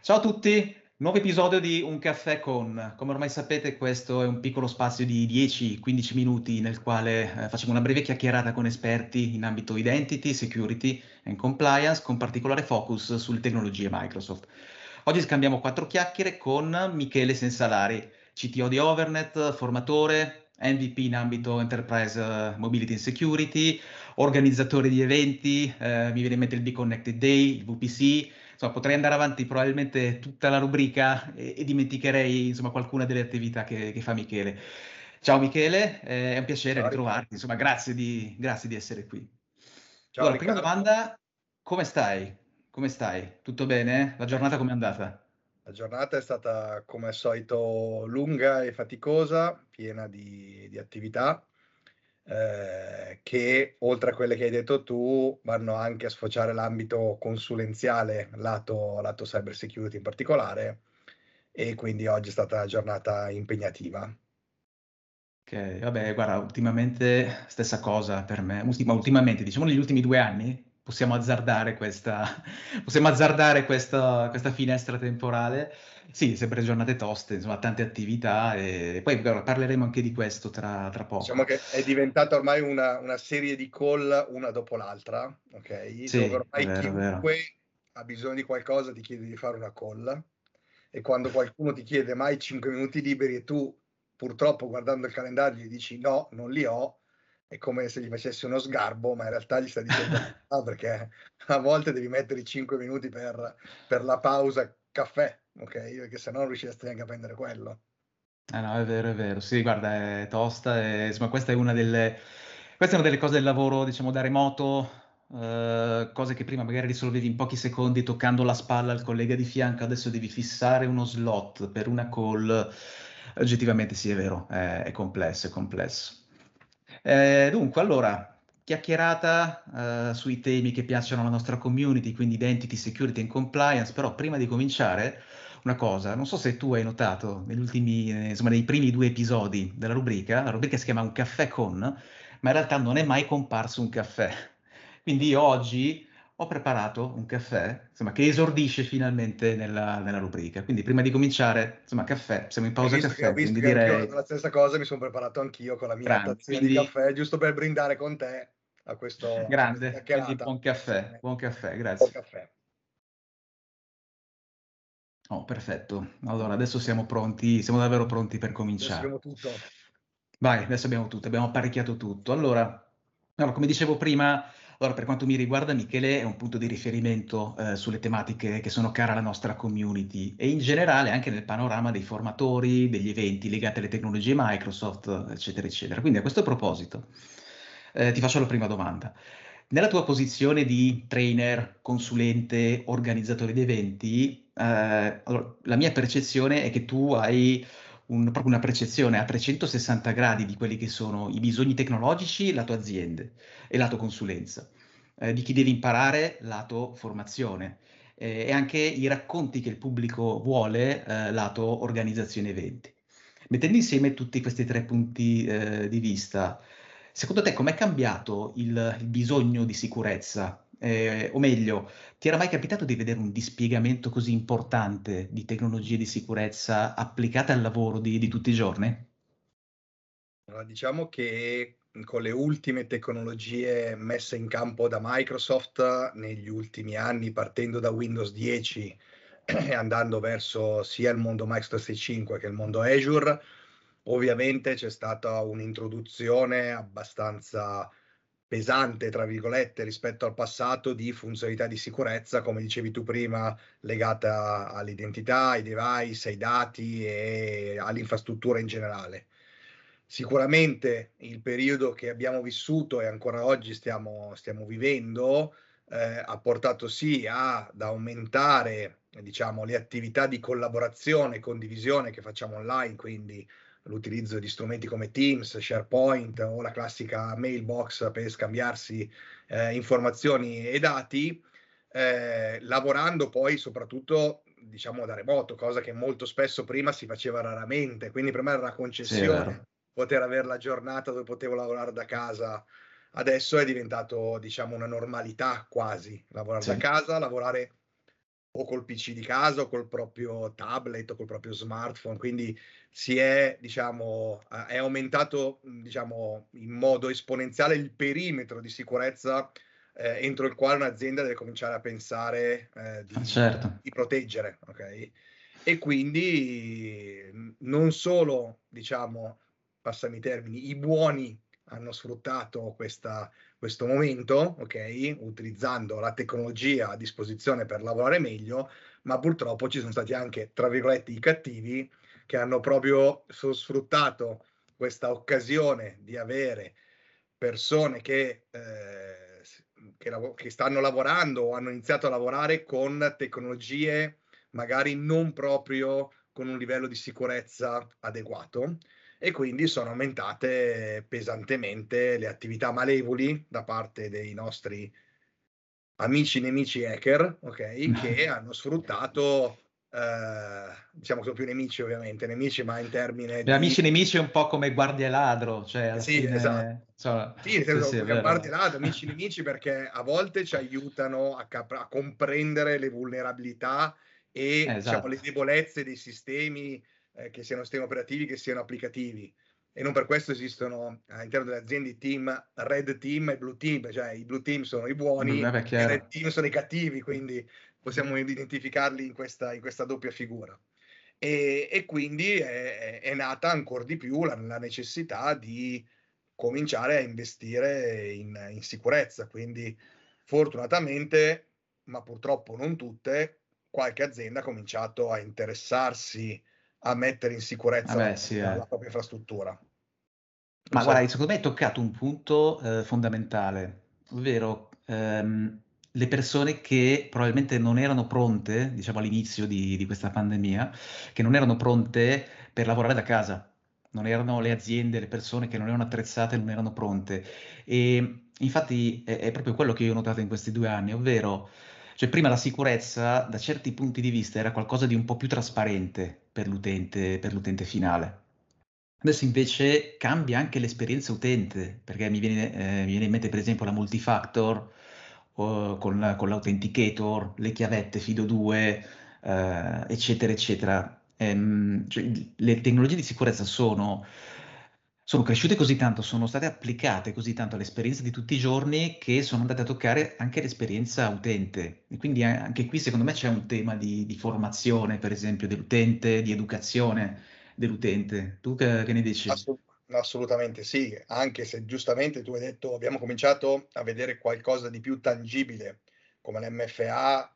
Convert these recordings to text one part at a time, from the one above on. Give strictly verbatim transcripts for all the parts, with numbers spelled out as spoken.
Ciao a tutti, nuovo episodio di Un caffè con. Come ormai sapete, questo è un piccolo spazio di dieci quindici minuti nel quale eh, facciamo una breve chiacchierata con esperti in ambito identity, security and compliance, con particolare focus sulle tecnologie Microsoft. Oggi scambiamo quattro chiacchiere con Michele Sensalari, C T O di Overnet, formatore, M V P in ambito Enterprise eh, Mobility and Security, organizzatore di eventi, eh, mi viene in mente il Be Connected Day, il V P C. Insomma, potrei andare avanti probabilmente tutta la rubrica e, e dimenticherei, insomma, qualcuna delle attività che, che fa Michele. Ciao Michele, eh, è un piacere Ciao Riccardo. ritrovarti, insomma, grazie di, grazie di essere qui. Ciao Allora, prima Riccardo. domanda, come stai? Come stai? Tutto bene? La giornata com'è andata? La giornata è stata come al solito lunga e faticosa, piena di, di attività eh, che oltre a quelle che hai detto tu vanno anche a sfociare l'ambito consulenziale, lato, lato cyber security in particolare, e quindi oggi è stata una giornata impegnativa. Ok, vabbè, guarda, ultimamente stessa cosa per me. Ultima- ultimamente, diciamo negli ultimi due anni, possiamo azzardare questa, possiamo azzardare questa, questa finestra temporale. Sì, sempre giornate toste, insomma, tante attività e poi guarda, parleremo anche di questo tra, tra Diciamo poco. che è diventata ormai una, una serie di call una dopo l'altra, ok? Dove Sì, è ormai vero, è vero. chiunque ha bisogno di qualcosa ti chiede di fare una call, e quando qualcuno ti chiede mai cinque minuti liberi e tu purtroppo guardando il calendario gli dici no, non li ho, è come se gli facessi uno sgarbo, ma in realtà gli sta dicendo no, perché a volte devi mettere i cinque minuti per, per la pausa caffè, ok? Perché se no non riusciresti neanche a prendere quello. Eh no, è vero, è vero. Sì, guarda, è tosta e insomma, questa è una delle, questa è una delle cose del lavoro, diciamo, da remoto, eh, cose che prima magari risolvevi in pochi secondi toccando la spalla al collega di fianco, adesso devi fissare uno slot per una call. Oggettivamente sì, è vero, è, è complesso, è complesso. Eh, dunque, allora, chiacchierata, eh, sui temi che piacciono alla nostra community, quindi identity, security and compliance, però prima di cominciare una cosa, non so se tu hai notato negli ultimi, eh, insomma, nei primi due episodi della rubrica, la rubrica si chiama Un caffè con, ma in realtà non è mai comparso un caffè. Quindi io oggi ho preparato un caffè, insomma, che esordisce finalmente nella, nella rubrica. Quindi prima di cominciare, insomma, caffè, siamo in Hai pausa visto che, ho caffè, visto quindi che anch'io ho direi fatto la stessa cosa, mi sono preparato anch'io con la mia grande. tazzina di Quindi caffè, giusto per brindare con te a, questo, a questa grande, quindi chiacchierata buon caffè, insieme. buon caffè, Buon grazie. caffè. Oh, perfetto. Allora, adesso siamo pronti, siamo davvero pronti per Adesso abbiamo cominciare. tutto. Vai, adesso abbiamo tutto, abbiamo apparecchiato tutto. Allora, allora, come dicevo prima, allora, per quanto mi riguarda, Michele è un punto di riferimento eh, sulle tematiche che sono care alla nostra community e in generale anche nel panorama dei formatori, degli eventi legati alle tecnologie Microsoft, eccetera, eccetera. Quindi a questo proposito, eh, ti faccio la prima domanda. Nella tua posizione di trainer, consulente, organizzatore di eventi, eh, allora, la mia percezione è che tu hai un- proprio una percezione a trecentosessanta gradi di quelli che sono i bisogni tecnologici lato aziende e lato consulenza, eh, di chi deve imparare lato formazione, eh, e anche i racconti che il pubblico vuole, eh, lato organizzazione eventi. Mettendo insieme tutti questi tre punti, eh, di vista, secondo te com'è cambiato il, il bisogno di sicurezza? Eh, o meglio, ti era mai capitato di vedere un dispiegamento così importante di tecnologie di sicurezza applicate al lavoro di, di tutti i giorni? Allora, diciamo che con le ultime tecnologie messe in campo da Microsoft negli ultimi anni, partendo da Windows dieci e andando verso sia il mondo Microsoft trecentosessantacinque che il mondo Azure, ovviamente c'è stata un'introduzione abbastanza pesante, tra virgolette, rispetto al passato di funzionalità di sicurezza, come dicevi tu prima, legata all'identità, ai device, ai dati e all'infrastruttura in generale. Sicuramente il periodo che abbiamo vissuto e ancora oggi stiamo, stiamo vivendo eh, ha portato sì a, ad aumentare, diciamo, le attività di collaborazione e condivisione che facciamo online, quindi l'utilizzo di strumenti come Teams, SharePoint o la classica mailbox per scambiarsi eh, informazioni e dati, eh, lavorando poi soprattutto diciamo da remoto, cosa che molto spesso prima si faceva raramente, quindi per me era una Sì, è vero. concessione poter avere la giornata dove potevo lavorare da casa. Adesso è diventato, diciamo, una normalità quasi, lavorare da Sì. casa, lavorare o col P C di casa o col proprio tablet o col proprio smartphone, quindi si è, diciamo, a è aumentato, mhmm, diciamo, in modo esponenziale il perimetro di sicurezza, ehm, entro il quale un'azienda deve cominciare a pensare, ehm, Ah, di certo. di proteggere, okay? E quindi, n non solo, diciamo, passami i termini, i buoni hanno sfruttato questa questo momento, okay, utilizzando la tecnologia a disposizione per lavorare meglio, ma purtroppo ci sono stati anche, tra virgolette, "i cattivi", che hanno proprio so sfruttato questa occasione di avere persone che, ehm, s mhmm, che lavo che stanno lavorando o hanno iniziato a lavorare con tecnologie magari non proprio con un livello di sicurezza adeguato, e quindi sono aumentate pesantemente le attività malevoli da parte dei nostri amici nemici hacker, okay, che hanno sfruttato, ehm, diciamo sono più nemici ovviamente, nemici ma in termine Gli di amici nemici è un po' come guardia e ladro, cioè eh alla sì, esatto. fine, insomma, Sì, nel sì, senso sì, è che a parte vero. là, da amici nemici, perché a volte ci aiutano a capra a comprendere le vulnerabilità Eh, e, diciamo, le esatto. debolezze dei sistemi, ehm, che siano sistemi operativi, che siano applicativi. E non per questo esistono all'interno delle aziende i team red team e blue team, cioè i blue team sono i Beh, buoni vabbè, e i red chiaro. team sono i cattivi, quindi possiamo identificarli in questa in questa doppia figura. E e quindi è è è nata ancor di più la la necessità di cominciare a investire in in sicurezza. Quindi fortunatamente, ma purtroppo non tutte, qualche azienda ha cominciato a interessarsi a mettere in sicurezza la Vabbè, sì, propria la eh. propria infrastruttura. Non Ma so guarda, secondo me hai toccato un punto, ehm, fondamentale, ovvero, ehm, le persone che probabilmente non erano pronte, diciamo all'inizio di di questa pandemia, che non erano pronte per lavorare da casa. Non erano le aziende, le persone che non erano attrezzate, non erano pronte. E infatti è è proprio quello che io ho notato in questi due anni, ovvero, cioè prima la sicurezza da certi punti di vista era qualcosa di un po' più trasparente per l'utente per l'utente finale. Adesso invece cambia anche l'esperienza utente, perché mi viene ehm, mi viene in mente per esempio la multifactor, o con con l'authenticator, le chiavette Fido due, ehm, eccetera, eccetera. Ehm, cioè il le tecnologie di sicurezza sono sono cresciute così tanto, sono state applicate così tanto all'esperienza di tutti i giorni, che sono andate a toccare anche l'esperienza utente. E quindi a anche qui secondo me c'è un tema di di formazione, per esempio, dell'utente, di educazione dell'utente. Tu che che ne dici? Assu assolutamente sì, anche se giustamente tu hai detto abbiamo cominciato a vedere qualcosa di più tangibile come l'M F A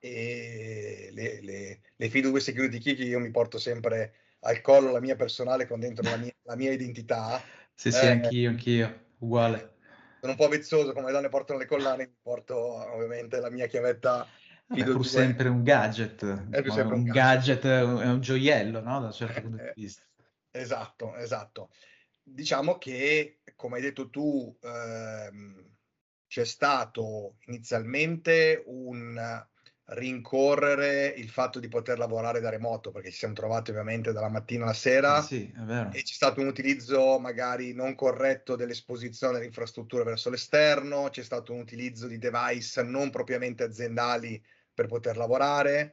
e le le le Fido due Security Key che io mi porto sempre al collo, la mia personale con dentro la mia la mia identità. Sì, sì, Ehm, anch'io, anch'io, uguale. sono un po' vezzoso, come le donne portano le collane, mi porto ovviamente la mia chiavetta Vabbè, Fido pur due, sempre un gadget, è più ma sempre un un gadget. gadget è un è un gioiello, no, da un certo punto Eh, di vista. esatto, esatto. Diciamo che, come hai detto tu, ehm, c'è stato inizialmente un rincorrere il fatto di poter lavorare da remoto, perché ci siamo trovati ovviamente dalla mattina alla Eh sera sì, è vero. e c'è stato un utilizzo magari non corretto dell'esposizione delle infrastrutture verso l'esterno, c'è stato un utilizzo di device non propriamente aziendali per poter lavorare.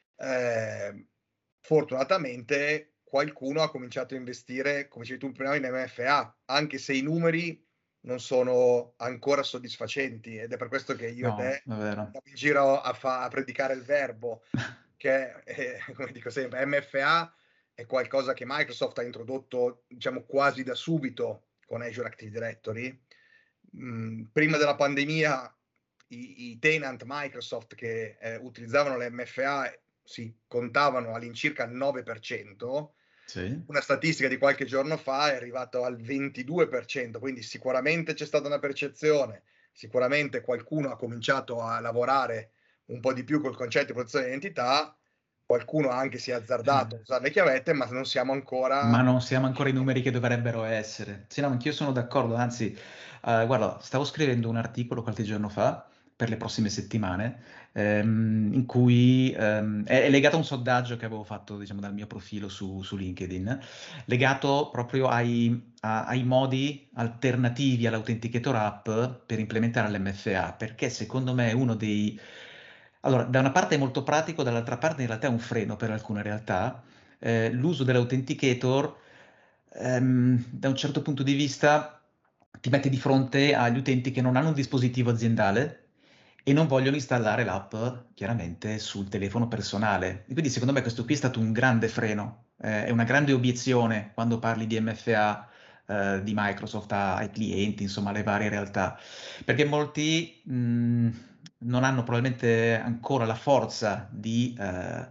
Ehm, Fortunatamente qualcuno ha cominciato a investire, come dicevi tu prima, in M F A, anche se i numeri non sono ancora soddisfacenti, ed è per questo che io e No, te è vero. andiamo in giro a fa a predicare il verbo, che è, come dico sempre, M F A è qualcosa che Microsoft ha introdotto, diciamo, quasi da subito con Azure Active Directory. Mhmm, prima della pandemia i i tenant Microsoft che, ehm, utilizzavano l'M F A si contavano all'incirca il nove per cento. Sì. Una statistica di qualche giorno fa è arrivato al ventidue per cento, quindi sicuramente c'è stata una percezione, sicuramente qualcuno ha cominciato a lavorare un po' di più col concetto di protezione dell'identità, qualcuno anche si è azzardato a Eh. usare le chiavette, ma non siamo Ma ancora non siamo ancora i numeri eh, che dovrebbero essere. Sì, no, anch'io sono d'accordo, anzi, ehm, guarda, stavo scrivendo un articolo qualche giorno fa, per le prossime settimane, ehm, in cui, ehm, è è legato a un sondaggio che avevo fatto, diciamo, dal mio profilo su su LinkedIn, legato proprio ai a ai modi alternativi all'Authenticator app per implementare l'M F A, perché secondo me uno dei Allora, da una parte è molto pratico, dall'altra parte in realtà è un freno per alcune realtà. Eh, l'uso dell'authenticator, ehm, da un certo punto di vista, ti mette di fronte agli utenti che non hanno un dispositivo aziendale e non vogliono installare l'app, chiaramente, sul telefono personale. E quindi secondo me questo qui è stato un grande freno, eh, è una grande obiezione quando parli di M F A, eh, di Microsoft a- ai clienti, insomma, alle varie realtà. Perché molti mh, non hanno probabilmente ancora la forza di, eh,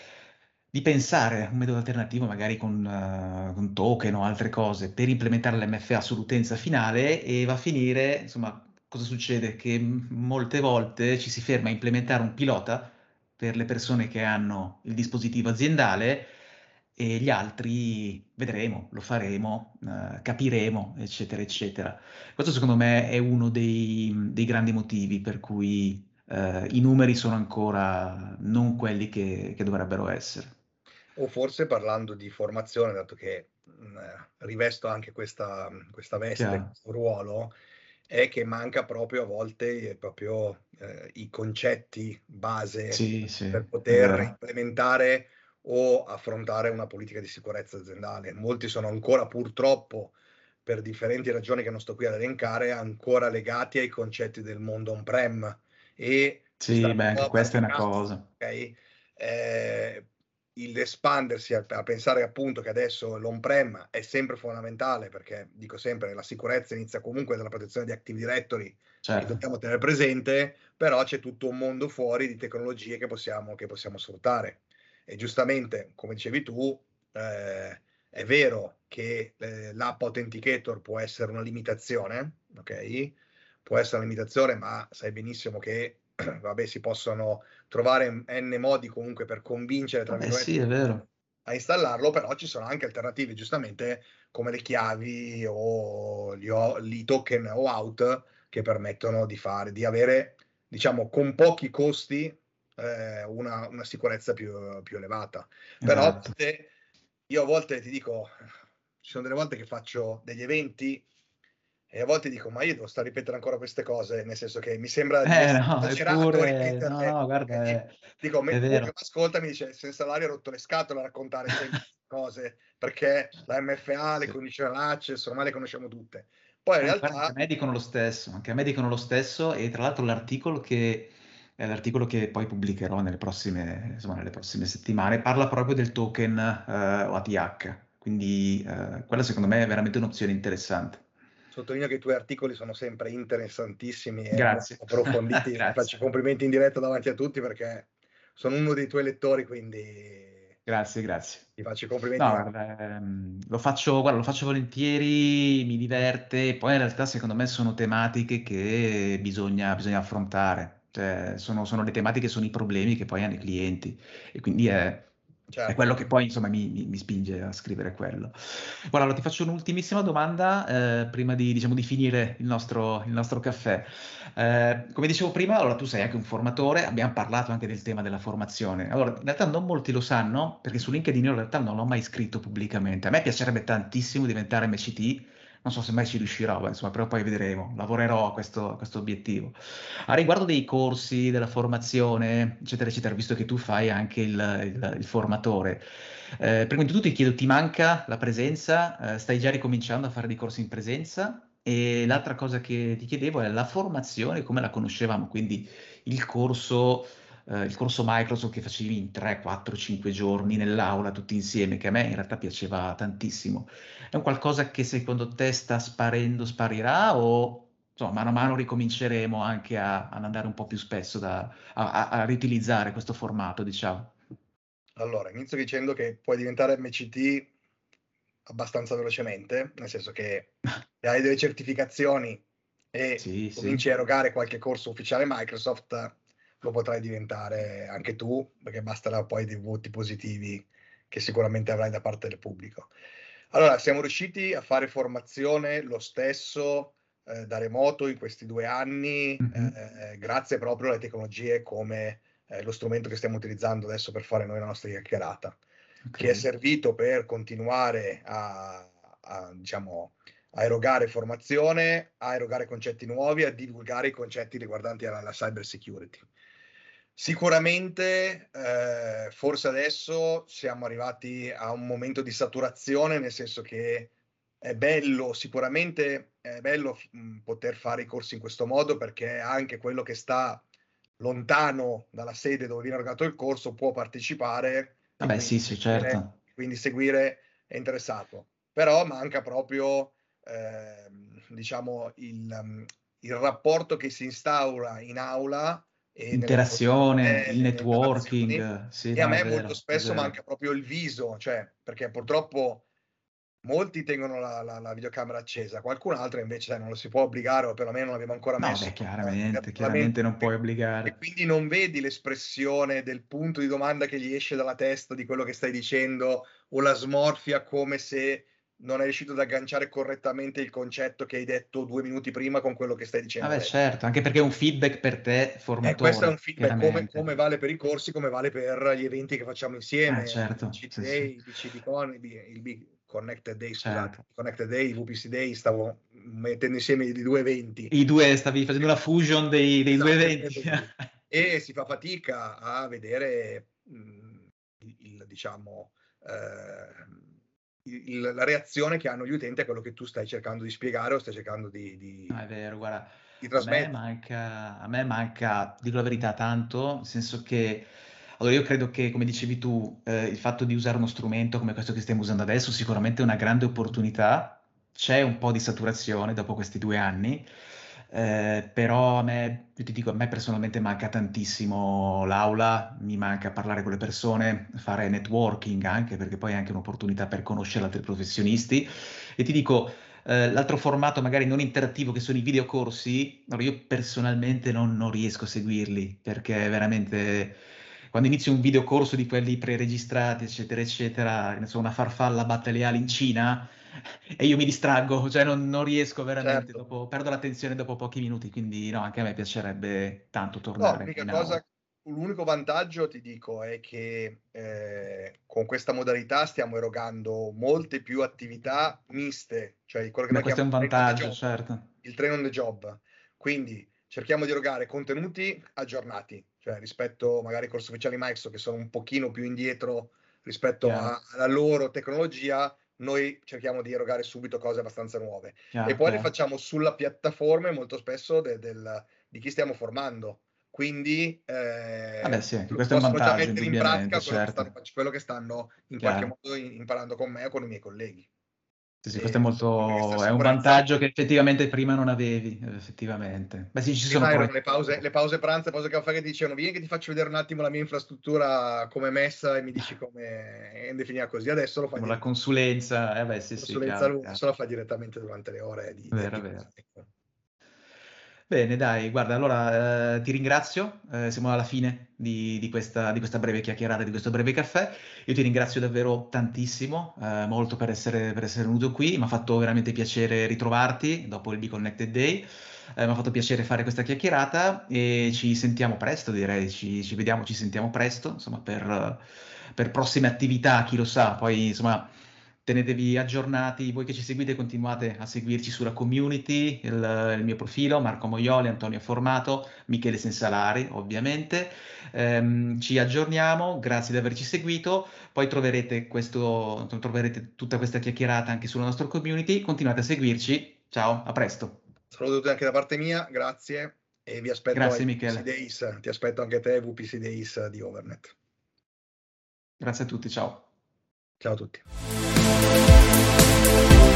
di pensare a un metodo alternativo, magari con, eh, con token o altre cose, per implementare l'M F A sull'utenza finale e va a finire, insomma, cosa succede? Che m- molte volte ci si ferma a implementare un pilota per le persone che hanno il dispositivo aziendale e gli altri vedremo, lo faremo, eh, capiremo, eccetera, eccetera. Questo secondo me è uno dei, dei grandi motivi per cui eh, i numeri sono ancora non quelli che, che dovrebbero essere. O forse parlando di formazione, dato che mh, rivesto anche questa, questa veste, Chiaro? questo ruolo, è che manca proprio a volte eh, proprio eh, i concetti base Sì, sì, per è poter vero. implementare o affrontare una politica di sicurezza aziendale. Molti sono ancora purtroppo, per differenti ragioni che non sto qui ad elencare, ancora legati ai concetti del mondo on-prem e si sta Sì, beh, un po' anche questa è una abbaticando, cosa. ok? Eh, il espandersi a, a pensare appunto che adesso l'on-prem è sempre fondamentale, perché dico sempre la sicurezza inizia comunque dalla protezione di Active Directory e Certo. dobbiamo tenere presente, però c'è tutto un mondo fuori di tecnologie che possiamo, che possiamo sfruttare. E giustamente, come dicevi tu, eh, è vero che eh, l'app Authenticator può essere una limitazione, ok? Può essere una limitazione, ma sai benissimo che vabbè, si possono trovare n modi comunque per convincere, tra Eh sì, virgolette, è vero. a installarlo, però ci sono anche alternative, giustamente, come le chiavi o gli, o- i token o out che permettono di fare, di avere, diciamo, con pochi costi eh, una, una sicurezza più, più elevata. Però a Esatto. volte, io a volte ti dico, ci sono delle volte che faccio degli eventi e a volte dico, ma io devo stare a ripetere ancora queste cose, nel senso che mi sembra di Eh essere no, esagerato a eppure, no, ripeterle. no, guarda, Ok? è, Dico, è me- uno che vero. mi ascolta mi dice, senza l'aria ha rotto le scatole a raccontare sempre cose, perché la M F A, le Sì. condizioni access, ormai le conosciamo tutte. Poi in Eh, guarda, anche realtà, a me dicono lo stesso, anche a me dicono lo stesso e tra l'altro l'articolo che, è l'articolo che poi pubblicherò nelle prossime, insomma, nelle prossime settimane parla proprio del token eh, O A T H, quindi eh, quella secondo me è veramente un'opzione interessante. sottolineo che i tuoi articoli sono sempre interessantissimi e molto Grazie, approfonditi. Ti grazie, faccio i complimenti in diretta davanti a tutti perché sono uno dei tuoi lettori, quindi grazie, grazie. ti faccio i No, complimenti. guarda, ehm, lo faccio, guarda, lo faccio volentieri, mi diverte, poi in realtà secondo me sono tematiche che bisogna, bisogna affrontare, cioè sono, sono le tematiche, sono i problemi che poi hanno i clienti e quindi è, è Certo. quello che poi insomma mi, mi- mi spinge a scrivere quello. Guarda, allora ti faccio un'ultimissima domanda eh, prima di, diciamo, di finire il nostro, il nostro caffè. Eh, come dicevo prima, allora tu sei anche un formatore, abbiamo parlato anche del tema della formazione. Allora, in realtà non molti lo sanno, perché su LinkedIn io in realtà non l'ho mai scritto pubblicamente. A me piacerebbe tantissimo diventare M C T, non so se mai ci riuscirò, ma insomma, però poi vedremo, lavorerò a questo, a questo obiettivo. A riguardo dei corsi, della formazione, eccetera, eccetera, visto che tu fai anche il, il- il formatore, eh, prima di tutto ti chiedo, ti manca la presenza? Eh, stai già ricominciando a fare dei corsi in presenza? E l'altra cosa che ti chiedevo è la formazione, come la conoscevamo, quindi il corso, eh, il corso Microsoft che facevi in tre, quattro, cinque giorni nell'aula tutti insieme, che a me in realtà piaceva tantissimo. È un qualcosa che secondo te sta sparendo, sparirà o insomma, mano a mano ricominceremo anche a- ad andare un po' più spesso da- a, a- a riutilizzare questo formato, diciamo? Allora, inizio dicendo che puoi diventare M C T abbastanza velocemente, nel senso che se hai delle certificazioni e Sì, sì. cominci a erogare qualche corso ufficiale Microsoft, lo potrai diventare anche tu, perché basterà poi dei voti positivi che sicuramente avrai da parte del pubblico. Allora, siamo riusciti a fare formazione lo stesso eh, da remoto in questi due anni, Mhm. eh, grazie proprio alle tecnologie come eh, lo strumento che stiamo utilizzando adesso per fare noi la nostra chiacchierata, Ok. che è servito per continuare a, a, diciamo, a erogare formazione, a erogare concetti nuovi, a divulgare i concetti riguardanti la, la cyber security. Sicuramente, eh, forse adesso siamo arrivati a un momento di saturazione, nel senso che è bello, sicuramente è bello mh, poter fare i corsi in questo modo, perché anche quello che sta lontano dalla sede dove viene organizzato il corso può partecipare e Vabbè, quindi sì, sì, seguire, certo. quindi seguire è interessato. Però manca proprio, ehm, diciamo, il, um, il rapporto che si instaura in aula e nelle Interazione, il apposite interazioni. networking, sì, E a no, è me molto vero, è spesso manca vero. proprio il viso, cioè, perché purtroppo molti tengono la, la, la videocamera accesa, qualcun altro invece sai, non lo si può obbligare, o perlomeno non abbiamo ancora No, messo beh, il chiaramente, regolamento, chiaramente non puoi e obbligare. quindi non vedi l'espressione del punto di domanda che gli esce dalla testa di quello che stai dicendo, o la smorfia come se non hai riuscito ad agganciare correttamente il concetto che hai detto due minuti prima con quello che stai dicendo Vabbè, adesso. certo, anche perché è un feedback per te, Eh, questo è un formatore, feedback come, come chiaramente. vale per i corsi, come vale per gli eventi che facciamo Ah, insieme, il certo, B C sì, sì, Day, il B C D Con, il B- il B Connected Day, scusate, certo. il Connected Day, il V P C Day, stavo mettendo insieme i due eventi. I due, stavi facendo una fusion dei, dei due Esatto, i due eventi. eventi. E si fa fatica a vedere, mh, il, il, diciamo, eh, il- la reazione che hanno gli utenti a quello che tu stai cercando di spiegare o stai cercando di, No, di, è vero, guarda, di a me trasmettere. manca, a me manca, dico la verità, tanto, nel senso che, allora io credo che, come dicevi tu, eh, il fatto di usare uno strumento come questo che stiamo usando adesso sicuramente è una grande opportunità, c'è un po' di saturazione dopo questi due anni, eh, però a me, io ti dico, a me personalmente manca tantissimo l'aula, mi manca parlare con le persone, fare networking anche, perché poi è anche un'opportunità per conoscere altri professionisti, e ti dico, eh, l'altro formato magari non interattivo che sono i videocorsi, allora io personalmente non, non riesco a seguirli perché veramente quando inizio un videocorso di quelli preregistrati, eccetera, eccetera, ne so, una farfalla batte le ali in Cina e io mi distraggo, cioè non, non riesco veramente, Certo. dopo, perdo l'attenzione dopo pochi minuti, quindi no, anche a me piacerebbe tanto No, tornare l'unica in aula. cosa, l'unico vantaggio ti dico è che eh, con questa modalità stiamo erogando molte più attività miste, cioè quello che Beh, noi questo è chiamiamo un train on the vantaggio, job, certo. il train on the job. Quindi cerchiamo di erogare contenuti aggiornati, cioè rispetto magari ai corsi ufficiali Microsoft che sono un pochino più indietro rispetto Chiaro, a- alla loro tecnologia, noi cerchiamo di erogare subito cose abbastanza nuove. E chiaro, poi le chiaro. facciamo sulla piattaforma molto spesso de- del- di chi stiamo formando. Quindi Vabbè eh, sì, anche questo è un possono già vantaggio, mettere in indubbiamente, pratica quello che stanno, certo, fac- quello che stanno in qualche chiaro. modo i- imparando con me o con i miei colleghi. Sì, sì, questo è E anche questa molto, è un sicurezza. vantaggio che effettivamente prima non avevi, eh, effettivamente. Beh sì, ci sono Prima pro e erano le pause, le pause pranzo, le pause caffè che ti dicevano vieni che ti faccio vedere un attimo la mia infrastruttura come è messa e mi dici come è definita così. Adesso lo fai contro. La direttamente. consulenza, eh beh sì, La sì, consulenza chiaro, adesso chiaro. la fai direttamente durante le ore di, di Vero, attività. vero. Bene, dai, guarda, allora eh, ti ringrazio, eh, siamo alla fine di, di questa, di questa breve chiacchierata, di questo breve caffè. Io ti ringrazio davvero tantissimo, eh, molto per essere, per essere venuto qui, mi ha fatto veramente piacere ritrovarti dopo il Be Connected Day, eh, mi ha fatto piacere fare questa chiacchierata e ci sentiamo presto, direi, ci, ci vediamo, ci sentiamo presto, insomma, per, per prossime attività, chi lo sa, poi insomma tenetevi aggiornati, voi che ci seguite continuate a seguirci sulla community, il, il mio profilo, Marco Moioli, Antonio Formato, Michele Sensalari ovviamente. Ehm, ci aggiorniamo, grazie di averci seguito, poi troverete, questo, troverete tutta questa chiacchierata anche sulla nostra community, continuate a seguirci, ciao, a presto. Saluto tutti anche da parte mia, grazie e vi aspetto ai Grazie V P C Michele, Days, ti aspetto anche te ai V P C Days di Overnet. grazie a tutti, ciao. Ciao a tutti.